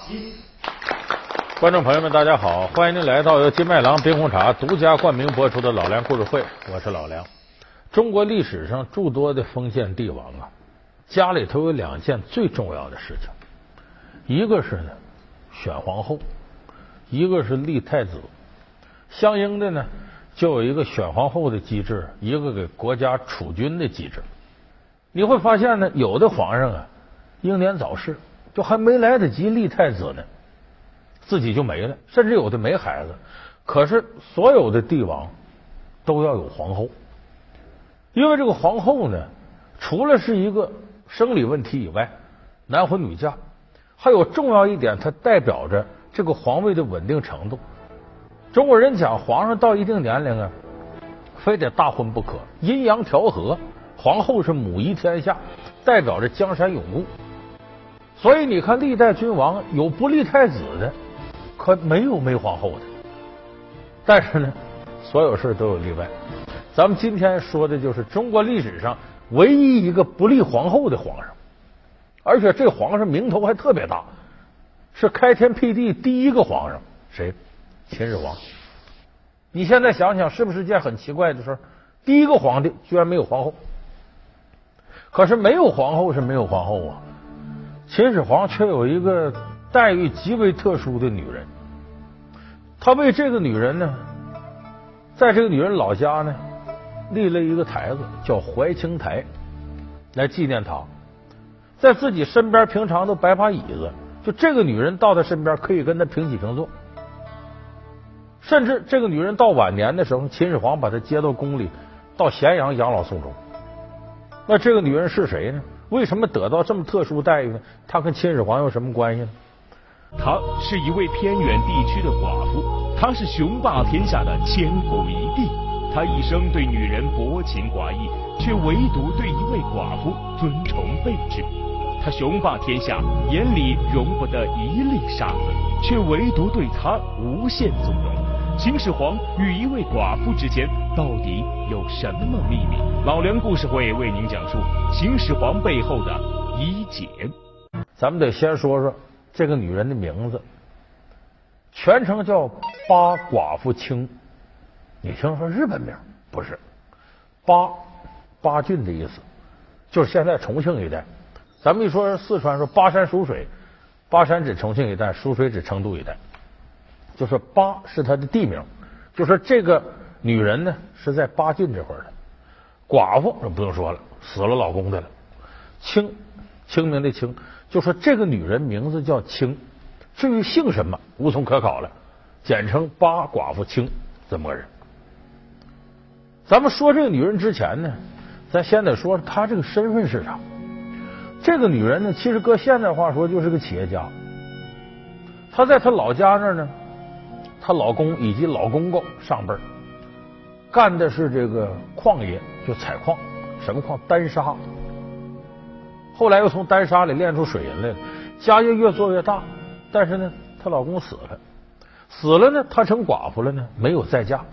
观众朋友们，大家好，欢迎您来到由金麦郎冰红茶独家冠名播出的老梁故事会，我是老梁。中国历史上诸多的封建帝王啊，家里头有两件最重要的事情，一个是呢选皇后，一个是立太子。相应的呢，就有一个选皇后的机制，一个给国家储君的机制。你会发现呢，有的皇上啊英年早逝，就还没来得及立太子呢，自己就没了，甚至有的没孩子。可是所有的帝王都要有皇后，因为这个皇后呢，除了是一个生理问题以外，男婚女嫁，还有重要一点，它代表着这个皇位的稳定程度。中国人讲皇上到一定年龄啊，非得大婚不可，阴阳调和。皇后是母仪天下，代表着江山永固。所以你看历代君王有不立太子的，可没有没皇后的。但是呢，所有事都有例外。咱们今天说的就是中国历史上唯一一个不立皇后的皇上，而且这皇上名头还特别大，是开天辟地第一个皇上。谁？秦始皇。你现在想想，是不是件很奇怪的事？第一个皇帝居然没有皇后。可是没有皇后是没有皇后啊，秦始皇却有一个待遇极为特殊的女人。他为这个女人呢，在这个女人老家呢立了一个台子，叫怀清台，来纪念她。在自己身边平常都摆把椅子，就这个女人到他身边可以跟他平起平坐。甚至这个女人到晚年的时候，秦始皇把她接到宫里，到咸阳养老送终。那这个女人是谁呢？为什么得到这么特殊待遇呢？她跟秦始皇有什么关系呢？ 她是一位偏远地区的寡妇，她是雄霸天下的千古一帝。她一生对女人薄情寡义，却唯独对一位寡妇尊崇备至。她雄霸天下，眼里容不得一粒沙子，却唯独对她无限纵容。秦始皇与一位寡妇之间到底有什么秘密？老梁故事会为您讲述秦始皇背后的一解。 咱们得先说说这个女人的名字，全称叫八寡妇卿。你听说日本名？不是，八郡的意思，就是现在重庆一带。咱们一说四川说巴山蜀水，巴山指重庆一带，蜀水指成都一带。就是巴是她的地名，就说这个女人呢是在巴郡这块的。寡妇不用说了，死了老公的了。清明的清，就说这个女人名字叫清，至于姓什么无从可考了，简称八寡妇清这么个人。咱们说这个女人之前呢，咱先得说她这个身份是啥。这个女人呢，其实搁现在话说就是个企业家。她在她老家那儿呢，她老公以及老公公上辈儿干的是这个矿业，就采矿，什么矿？丹砂。后来又从丹砂里炼出水银来了，家业越做越大。但是呢，她老公死了呢，她成寡妇了呢，没有再嫁。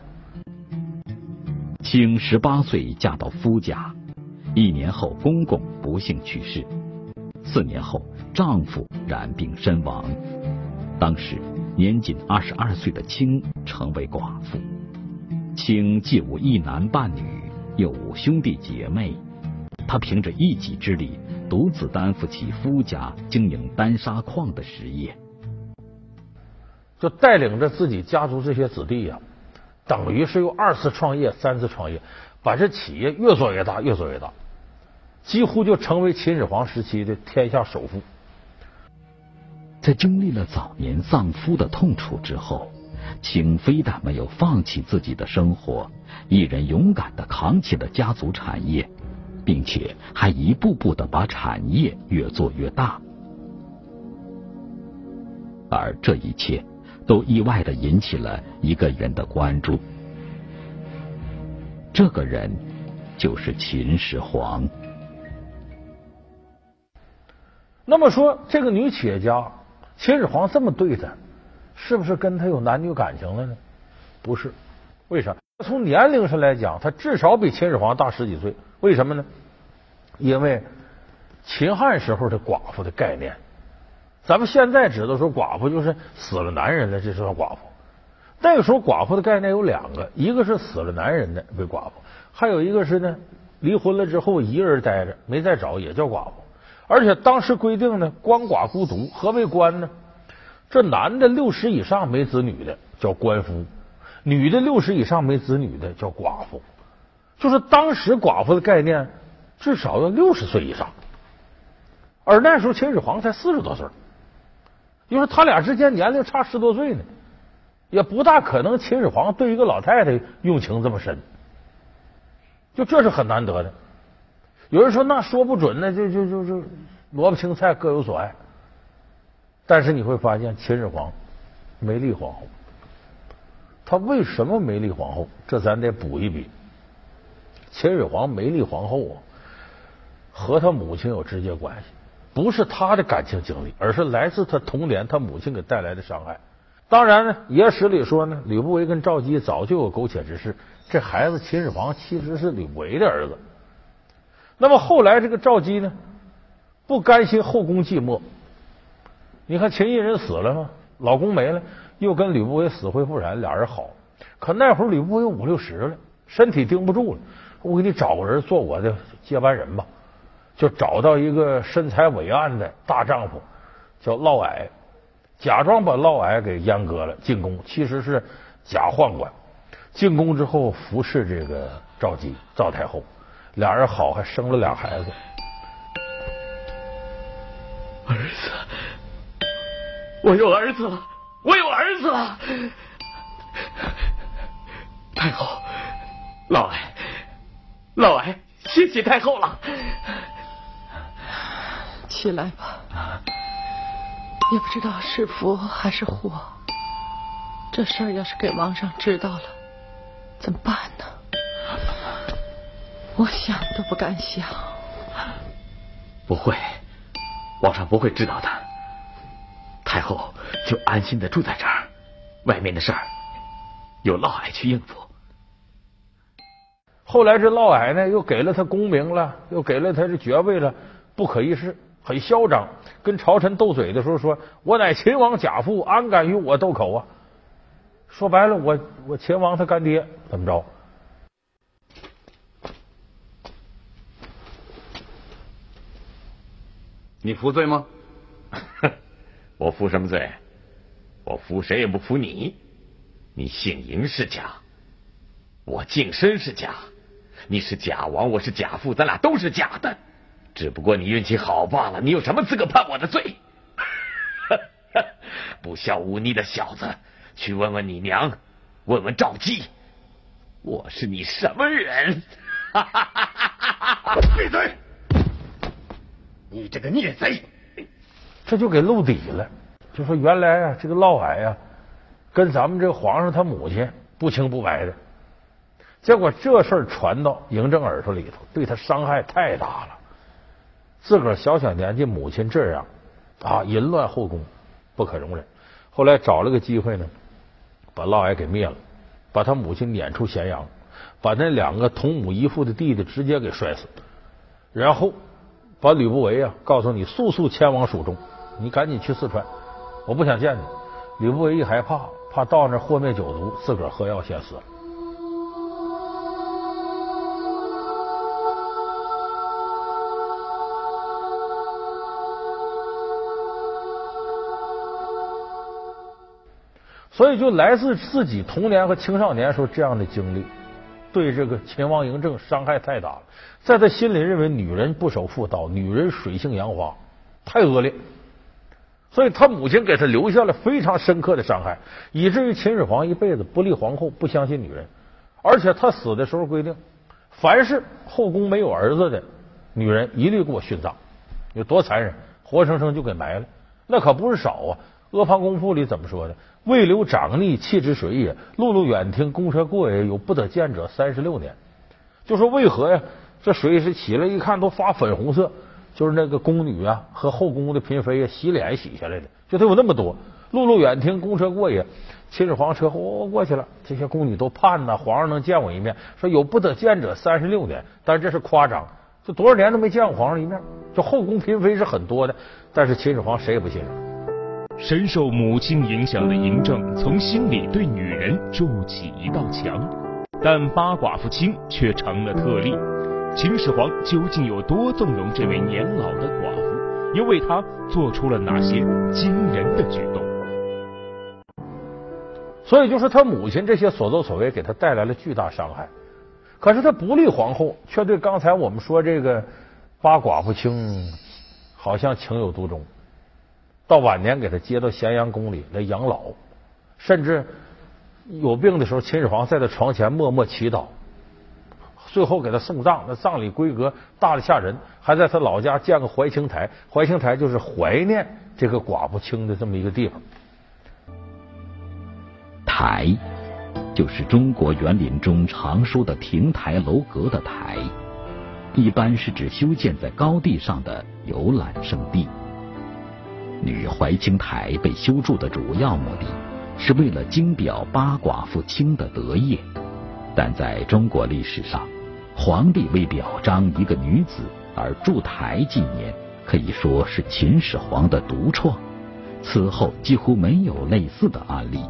清18岁嫁到夫家，1年后公公不幸去世，4年后丈夫染病身亡。当时年仅22岁的清成为寡妇。清既无一男半女，又无兄弟姐妹，她凭着一己之力，独自担负起夫家经营丹砂矿的实业， 就带领着自己家族这些子弟呀，等于是又2次创业、3次创业，把这企业越做越大，越做越大，几乎就成为秦始皇时期的天下首富。 在经历了早年丧夫的痛楚之后，清非但没有放弃自己的生活，一人勇敢地扛起了家族产业，并且还一步步地把产业越做越大。而这一切都意外地引起了一个人的关注，这个人就是秦始皇。 那么说，这个女企业家秦始皇这么对她，是不是跟她有男女感情了呢？不是。为啥？从年龄上来讲，她至少比秦始皇大10几岁。为什么呢？因为秦汉时候的寡妇的概念， 咱们现在知道说寡妇就是死了男人了，这叫寡妇。那个时候寡妇的概念有两个，一个是死了男人的为寡妇，还有一个是呢离婚了之后一人待着没再找也叫寡妇。而且当时规定呢，鳏寡孤独。何为鳏呢？这男的60以上没子女的叫鳏夫，女的60以上没子女的叫寡妇。就是当时寡妇的概念至少要60岁以上，而那时候秦始皇才40多岁，就是他俩之间年龄差10多岁呢，也不大可能秦始皇对一个老太太用情这么深，就这是很难得的。有人说那说不准呢，就萝卜青菜各有所爱。但是你会发现秦始皇没立皇后，他为什么没立皇后？这咱得补一笔。秦始皇没立皇后啊，和他母亲有直接关系，不是他的感情经历，而是来自他童年他母亲给带来的伤害。当然呢，野史里说呢，吕不韦跟赵姬早就有苟且之事，这孩子秦始皇其实是吕不韦的儿子。那么后来这个赵姬呢，不甘心后宫寂寞，你看秦异人死了吗？老公没了，又跟吕不韦死灰复燃，俩人好。可那会儿吕不韦50、60了，身体盯不住了，我给你找个人做我的接班人吧。就找到一个身材伟岸的大丈夫，叫嫪毐，假装把嫪毐给阉割了进宫，其实是假宦官。进宫之后服侍这个赵姬赵太后，俩人好，还生了俩孩子。 儿子，我有儿子了，我有儿子了！太后，嫪毐，谢谢太后了。 起来吧，也不知道是福还是祸。这事儿要是给皇上知道了，怎么办呢？我想都不敢想。 不会，皇上不会知道的。太后就安心的住在这儿，外面的事儿由嫪毐去应付。 后来这嫪毐呢，又给了他功名了，又给了他这爵位了，不可一世，很嚣张。跟朝臣斗嘴的时候说：“我乃秦王假父，安敢与我斗口啊？”说白了，我秦王他干爹，怎么着？ 你服罪吗？我服什么罪？我服谁也不服你。你姓嬴是假，我净身是假，你是假王，我是假父，咱俩都是假的。只不过你运气好罢了，你有什么资格判我的罪？不孝忤逆的小子，去问问你娘，问问赵姬，我是你什么人？闭嘴！你这个孽贼！ 这就给露底了。就说原来啊，这个嫪毐啊，跟咱们这个皇上他母亲不清不白的。结果这事儿传到嬴政耳朵里头，对他伤害太大了。自个儿小年纪，母亲这样啊，淫乱后宫，不可容忍。后来找了个机会呢，把嫪毐给灭了，把他母亲撵出咸阳，把那2个同母异父的弟弟直接给摔死，然后把吕不韦啊告诉你速速迁往蜀中，你赶紧去四川，我不想见你。吕不韦一害怕，怕到那祸灭九族，自个儿喝药先死了。所以就来自自己童年和青少年时候这样的经历，对这个秦王嬴政伤害太大了。在他心里认为女人不守妇道，女人水性杨花，太恶劣。所以他母亲给他留下了非常深刻的伤害，以至于秦始皇一辈子不立皇后，不相信女人。而且他死的时候规定，凡是后宫没有儿子的女人一律给我殉葬。有多残忍，活生生就给埋了，那可不是少啊。《阿房宫赋》里怎么说的？未留长逆，弃之水也。碌碌远听，公车过也，有不得见者36年。就说为何呀？这水是起来一看都发粉红色，就是那个宫女啊和后宫的嫔妃啊洗脸洗下来的，就得有那么多。碌碌远听，公车过也。秦始皇车过去了，这些宫女都盼呐，皇上能见我一面。说有不得见者36年，但是这是夸张，就多少年都没见过皇上一面。就后宫嫔妃是很多的，但是秦始皇谁也不信任。 深受母亲影响的嬴政从心里对女人筑起一道墙，但八寡妇卿却成了特例。秦始皇究竟有多纵容这位年老的寡妇，又为她做出了哪些惊人的举动？ 所以就是他母亲这些所作所为给他带来了巨大伤害。可是他不立皇后，却对刚才我们说这个八寡妇卿好像情有独钟，到晚年给他接到咸阳宫里来养老，甚至有病的时候，秦始皇在他床前默默祈祷，最后给他送葬，那葬礼规格大得吓人，还在他老家建个怀清台，怀清台就是怀念这个寡妇卿的这么一个地方。 台就是中国园林中常说的亭台楼阁的台，一般是指修建在高地上的游览胜地。女怀清台被修筑的主要目的是为了经表八寡妇卿的德业，但在中国历史上，皇帝为表彰一个女子而筑台纪念，可以说是秦始皇的独创，此后几乎没有类似的案例。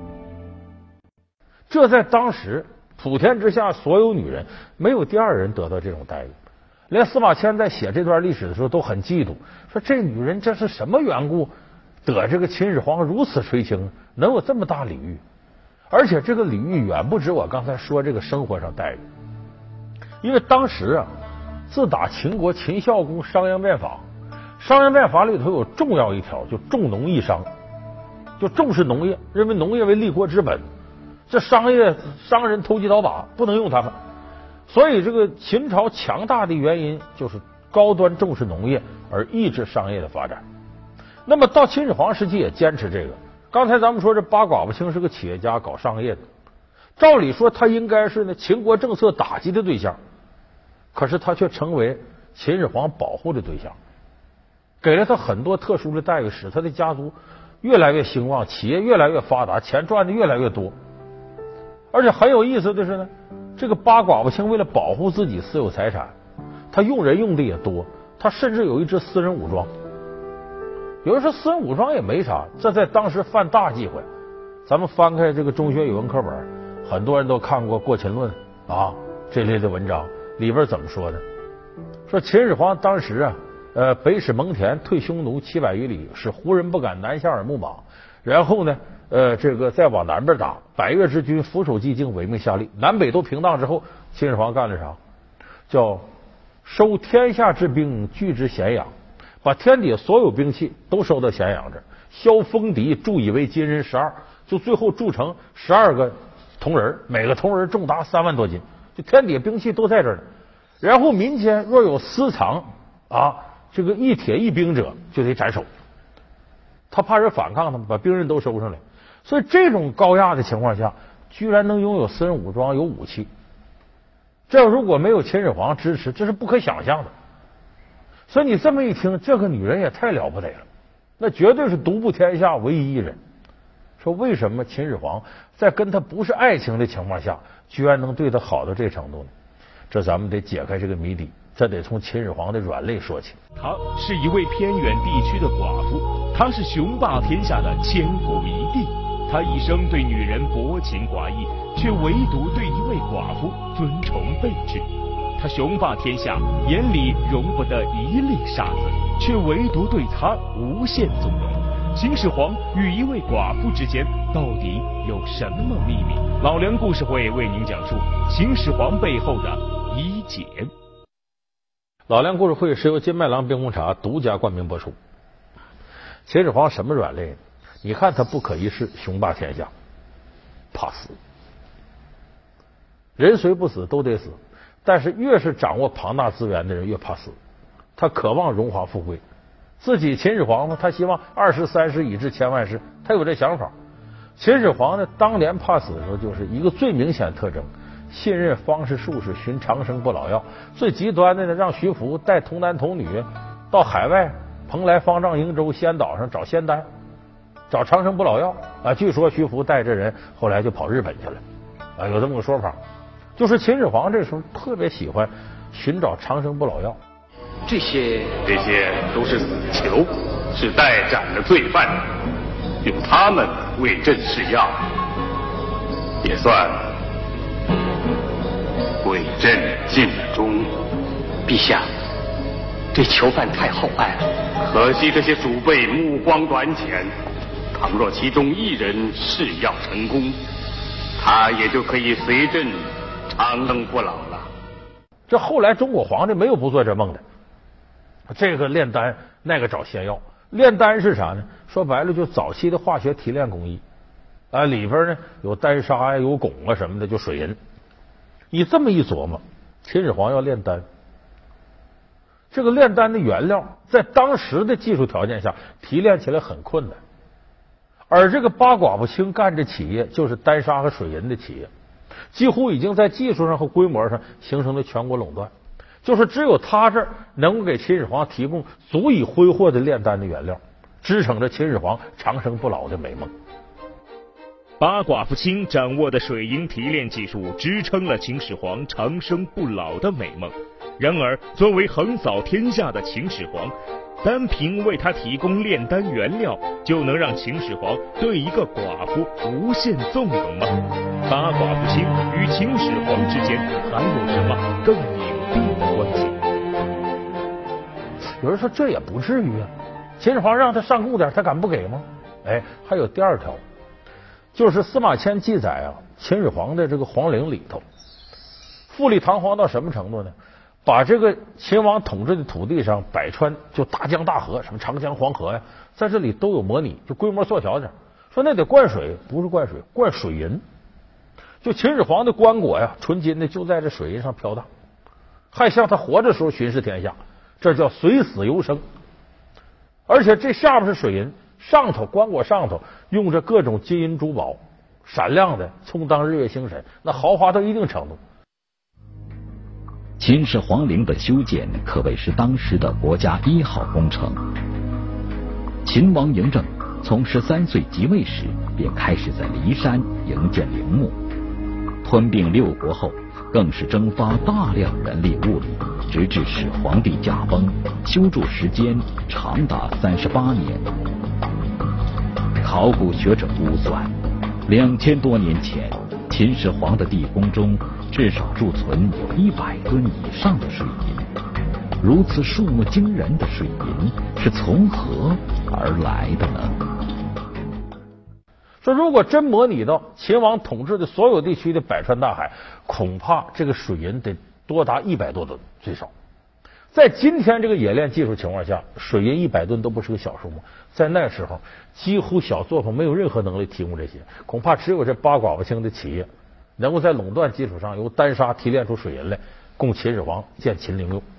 这在当时普天之下所有女人没有第二人得到这种待遇，连司马迁在写这段历史的时候都很嫉妒，说这女人这是什么缘故得这个秦始皇如此垂青，能有这么大礼遇？而且这个礼遇远不止我刚才说这个生活上待遇，因为当时啊，自打秦国秦孝公商鞅变法，商鞅变法里头有重要一条，就重农抑商，就重视农业，认为农业为立国之本。这商人投机倒把，不能用他们。所以这个秦朝强大的原因就是高端重视农业而抑制商业的发展。那么到秦始皇时期也坚持这个。刚才咱们说这八寡妇卿是个企业家，搞商业的，照理说他应该是呢秦国政策打击的对象，可是他却成为秦始皇保护的对象，给了他很多特殊的待遇，使他的家族越来越兴旺，企业越来越发达，钱赚的越来越多。而且很有意思的是呢，这个八寡妇卿为了保护自己私有财产，他用人用的也多，他甚至有一支私人武装。有人说私人武装也没啥，这在当时犯大忌讳。咱们翻开这个中学语文课本，很多人都看过《过秦论》啊这类的文章，里边怎么说的？说秦始皇当时啊，北使蒙恬，退匈奴700余里，使胡人不敢南下而牧马。然后呢，这个再往南边打，百越之军俯首寂静，违命下吏，南北都平荡之后，秦始皇干了啥？叫收天下之兵，聚之咸阳，把天底下所有兵器都收到咸阳这儿，削封敌，铸以为金人12，就最后铸成12个铜人，每个铜人重达3万多斤，就天底下兵器都在这儿呢。然后民间若有私藏这个一铁一兵者，就得斩首。他怕人反抗他们，把兵刃都收上来。所以这种高压的情况下，居然能拥有私人武装，有武器，这如果没有秦始皇支持，这是不可想象的。所以你这么一听，这个女人也太了不得了，那绝对是独步天下唯一一人。说为什么秦始皇在跟他不是爱情的情况下，居然能对他好到这程度呢？这咱们得解开这个谜底，这得从秦始皇的软肋说起。 她是一位偏远地区的寡妇，她是雄霸天下的千古一帝。她一生对女人薄情寡义，却唯独对一位寡妇尊崇备至。她雄霸天下，眼里容不得一粒沙子，却唯独对她无限纵容。秦始皇与一位寡妇之间到底有什么秘密？老梁故事会为您讲述秦始皇背后的一解。 老梁故事会是由金麦郎冰红茶独家冠名播出。秦始皇什么软肋？你看他不可一世，雄霸天下，怕死。人虽不死都得死，但是越是掌握庞大资源的人越怕死。他渴望荣华富贵，自己秦始皇呢，他希望20、30以至千万世，他有这想法。秦始皇呢，当年怕死的时候，就是一个最明显特征。信任方士术士，寻长生不老药。最极端的呢，让徐福带童男童女到海外蓬莱、方丈、瀛洲、仙岛上找仙丹，找长生不老药啊。据说徐福带这人后来就跑日本去了啊，有这么个说法。就是秦始皇这时候特别喜欢寻找长生不老药。 这些都是死囚，是待斩的罪犯。 用他们为朕试药，也算为朕尽了忠。 陛下，这囚犯太厚爱了， 可惜这些鼠辈目光短浅，倘若其中一人试药成功，他也就可以随朕长生不老了。 这后来中国皇帝没有不做这梦的，这个炼丹，那个找仙药。炼丹是啥呢？说白了就早期的化学提炼工艺啊，里边呢有丹砂呀、有汞啊什么的，就水银。你这么一琢磨，秦始皇要炼丹，这个炼丹的原料在当时的技术条件下提炼起来很困难，而这个八寡妇卿干这企业就是丹砂和水银的企业，几乎已经在技术上和规模上形成了全国垄断，就是只有他这儿能够给秦始皇提供足以挥霍的炼丹的原料，支撑着秦始皇长生不老的美梦。 八寡妇卿掌握的水银提炼技术支撑了秦始皇长生不老的美梦。然而，作为横扫天下的秦始皇，单凭为他提供炼丹原料，就能让秦始皇对一个寡妇无限纵容吗？八寡妇卿与秦始皇之间还有什么更隐蔽的关系？ 有人说这也不至于啊，秦始皇让他上贡点，他敢不给吗？哎，还有第二条。就是司马迁记载啊，秦始皇的这个皇陵里头，富丽堂皇到什么程度呢？把这个秦王统治的土地上百川，就大江大河，什么长江、黄河呀，在这里都有模拟，就规模缩小点。说那得灌水，不是灌水，灌水银。就秦始皇的棺椁呀，纯金的，就在这水银上飘荡，还像他活着时候巡视天下，这叫随死犹生。而且这下面是水银。上头棺椁上头用着各种金银珠宝，闪亮的，充当日月星辰，那豪华到一定程度。 秦始皇陵的修建可谓是当时的国家1号工程。秦王嬴政从13岁即位时便开始在骊山营建陵墓，吞并6国后，更是征发大量人力物力，直至始皇帝驾崩，修筑时间长达38年。考古学者估算，2000多年前，秦始皇的地宫中至少贮存有100吨以上的水银。如此数目惊人的水银是从何而来的呢？ 说如果真模拟到秦王统治的所有地区的百川大海，恐怕这个水银得多达100多吨最少。在今天这个冶炼技术情况下，水银100吨都不是个小数目。在那时候，几乎小作坊没有任何能力提供这些，恐怕只有这八寡妇卿的企业能够在垄断基础上由丹砂提炼出水银来，供秦始皇建秦陵用。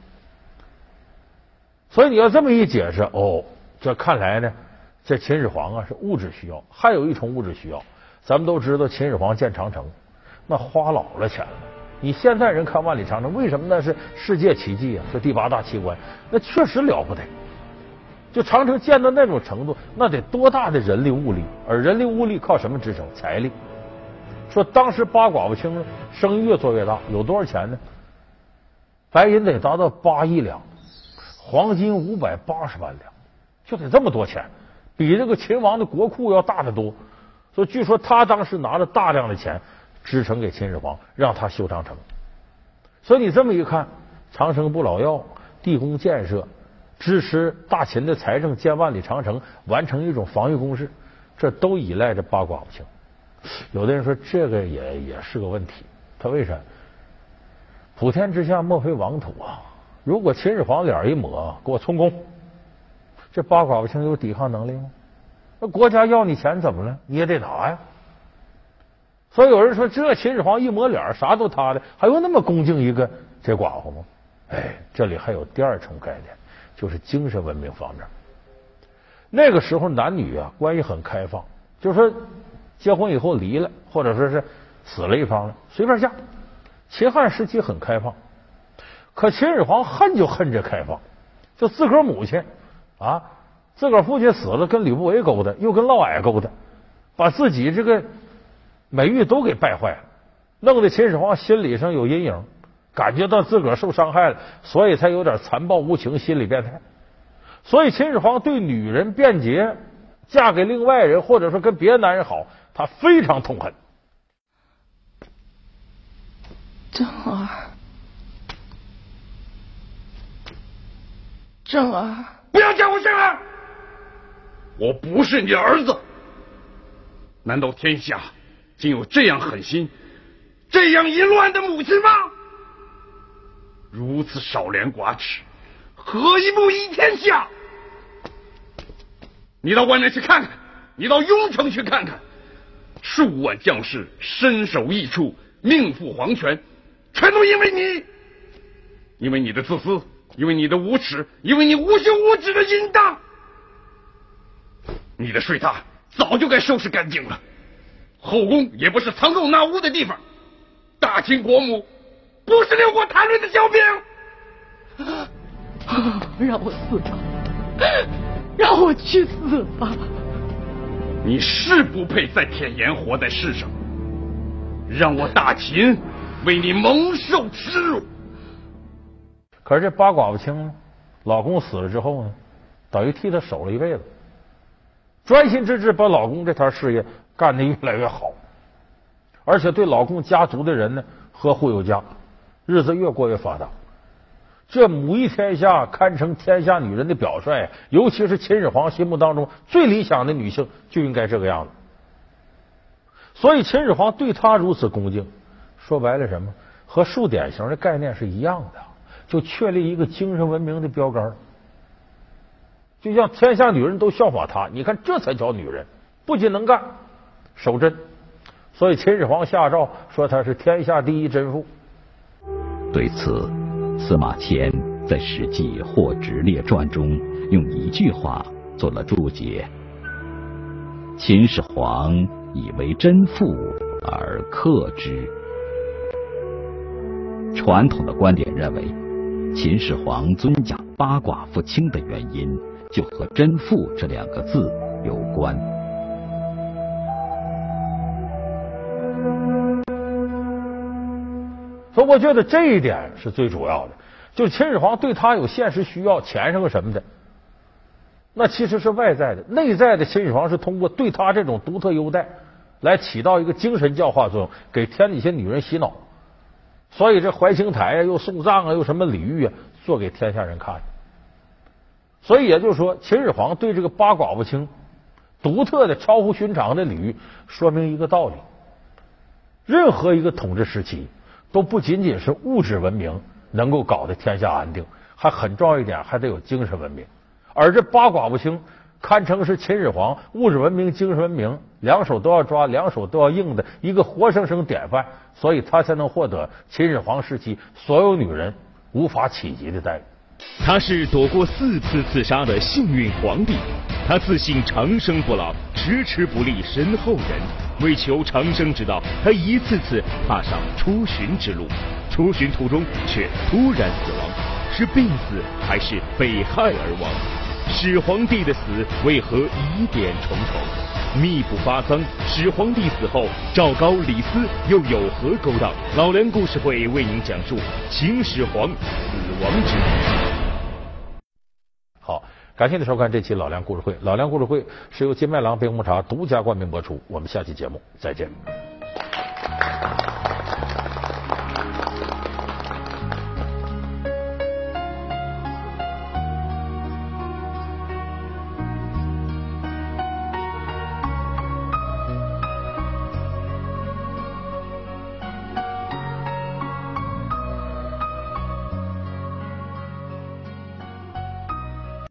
所以你要这么一解释，哦，这看来呢，这秦始皇啊是物质需要，还有一重物质需要。咱们都知道秦始皇建长城，那花老了钱了。你现在人看万里长城，为什么那是世界奇迹啊？是第8大奇观，那确实了不得。就长城建到那种程度，那得多大的人力物力？而人力物力靠什么支撑？财力。说当时八寡妇卿生意越做越大，有多少钱呢？白银得达到8亿两，黄金580万两，就得这么多钱，比这个秦王的国库要大得多。所以据说他当时拿了大量的钱支撑给秦始皇，让他修长城。所以你这么一看，长生不老药、地宫建设、支持大秦的财政、建万里长城、完成一种防御工事，这都依赖着八寡妇卿。有的人说这个也是个问题，他为啥？普天之下莫非王土啊！如果秦始皇脸一抹，给我充公，这八寡妇卿有抵抗能力吗？那国家要你钱怎么了？你也得拿呀。所以有人说，这秦始皇一抹脸，啥都他的，还用那么恭敬一个这寡妇吗？哎，这里还有第二重概念，就是精神文明方面。那个时候男女啊关系很开放，就是说结婚以后离了，或者说是死了一方了，随便嫁。秦汉时期很开放，可秦始皇恨就恨这开放，就自个儿母亲啊，自个儿父亲死了，跟吕不韦勾搭，又跟嫪毐勾搭，把自己这个美誉都给败坏了，弄得秦始皇心理上有阴影，感觉到自个儿受伤害了，所以才有点残暴无情，心理变态。所以秦始皇对女人便捷嫁给另外人，或者说跟别的男人好，她非常痛恨。 正儿，正儿， 不要叫我正儿，我不是你的儿子。难道天下竟有这样狠心、这样淫乱的母亲吗？如此少廉寡耻，何以不依天下？你到外面去看看，你到雍城去看看，数万将士身首异处，命赴黄泉，全都因为你，因为你的自私，因为你的无耻，因为你无休无止的淫荡。你的睡榻早就该收拾干净了，后宫也不是藏肉纳污的地方，大清国母不是留过谈论的小兵。 让我死吧，让我去死吧！ 你是不配在天颜活在世上，让我大秦为你蒙受耻辱。 可是这八寡妇卿呢，老公死了之后呢，等于替她守了一辈子，专心致志把老公这摊事业干得越来越好，而且对老公家族的人呢呵护有加，日子越过越发达。这母仪天下，堪称天下女人的表率，尤其是秦始皇心目当中最理想的女性就应该这个样子。所以秦始皇对她如此恭敬，说白了什么？和树典型的概念是一样的，就确立一个精神文明的标杆，就像天下女人都效仿她。你看，这才叫女人，不仅能干，守贞。所以秦始皇下诏说她是天下第一贞妇。 对此，司马迁在《史记·霍职列传》中用一句话做了注解：秦始皇以为贞妇而克之。传统的观点认为，秦始皇尊奖八寡妇卿的原因就和贞妇这两个字有关。 所以我觉得这一点是最主要的，就是秦始皇对他有现实需要，钱什么什么的，那其实是外在的。内在的，秦始皇是通过对他这种独特优待来起到一个精神教化作用，给天底下女人洗脑。所以这怀清台啊，又送葬啊，又什么礼遇啊，做给天下人看的。所以也就是说，秦始皇对这个八寡妇卿独特的、超乎寻常的礼遇，说明一个道理：任何一个统治时期，都不仅仅是物质文明能够搞得天下安定，还很重要一点，还得有精神文明。而这八寡妇卿堪称是秦始皇物质文明、精神文明两手都要抓、两手都要硬的一个活生生典范，所以他才能获得秦始皇时期所有女人无法企及的待遇。 他是躲过4次刺杀的幸运皇帝，他自信长生不老，迟迟不立身后人。为求长生之道，他一次次踏上出巡之路，出巡途中却突然死亡，是病死还是被害而亡？始皇帝的死为何疑点重重？密不发丧，始皇帝死后，赵高、李斯又有何勾当？老梁故事会为您讲述秦始皇死亡之谜。 好，感谢您收看这期老梁故事会。老梁故事会是由金麦郎冰红茶独家冠名播出。我们下期节目再见。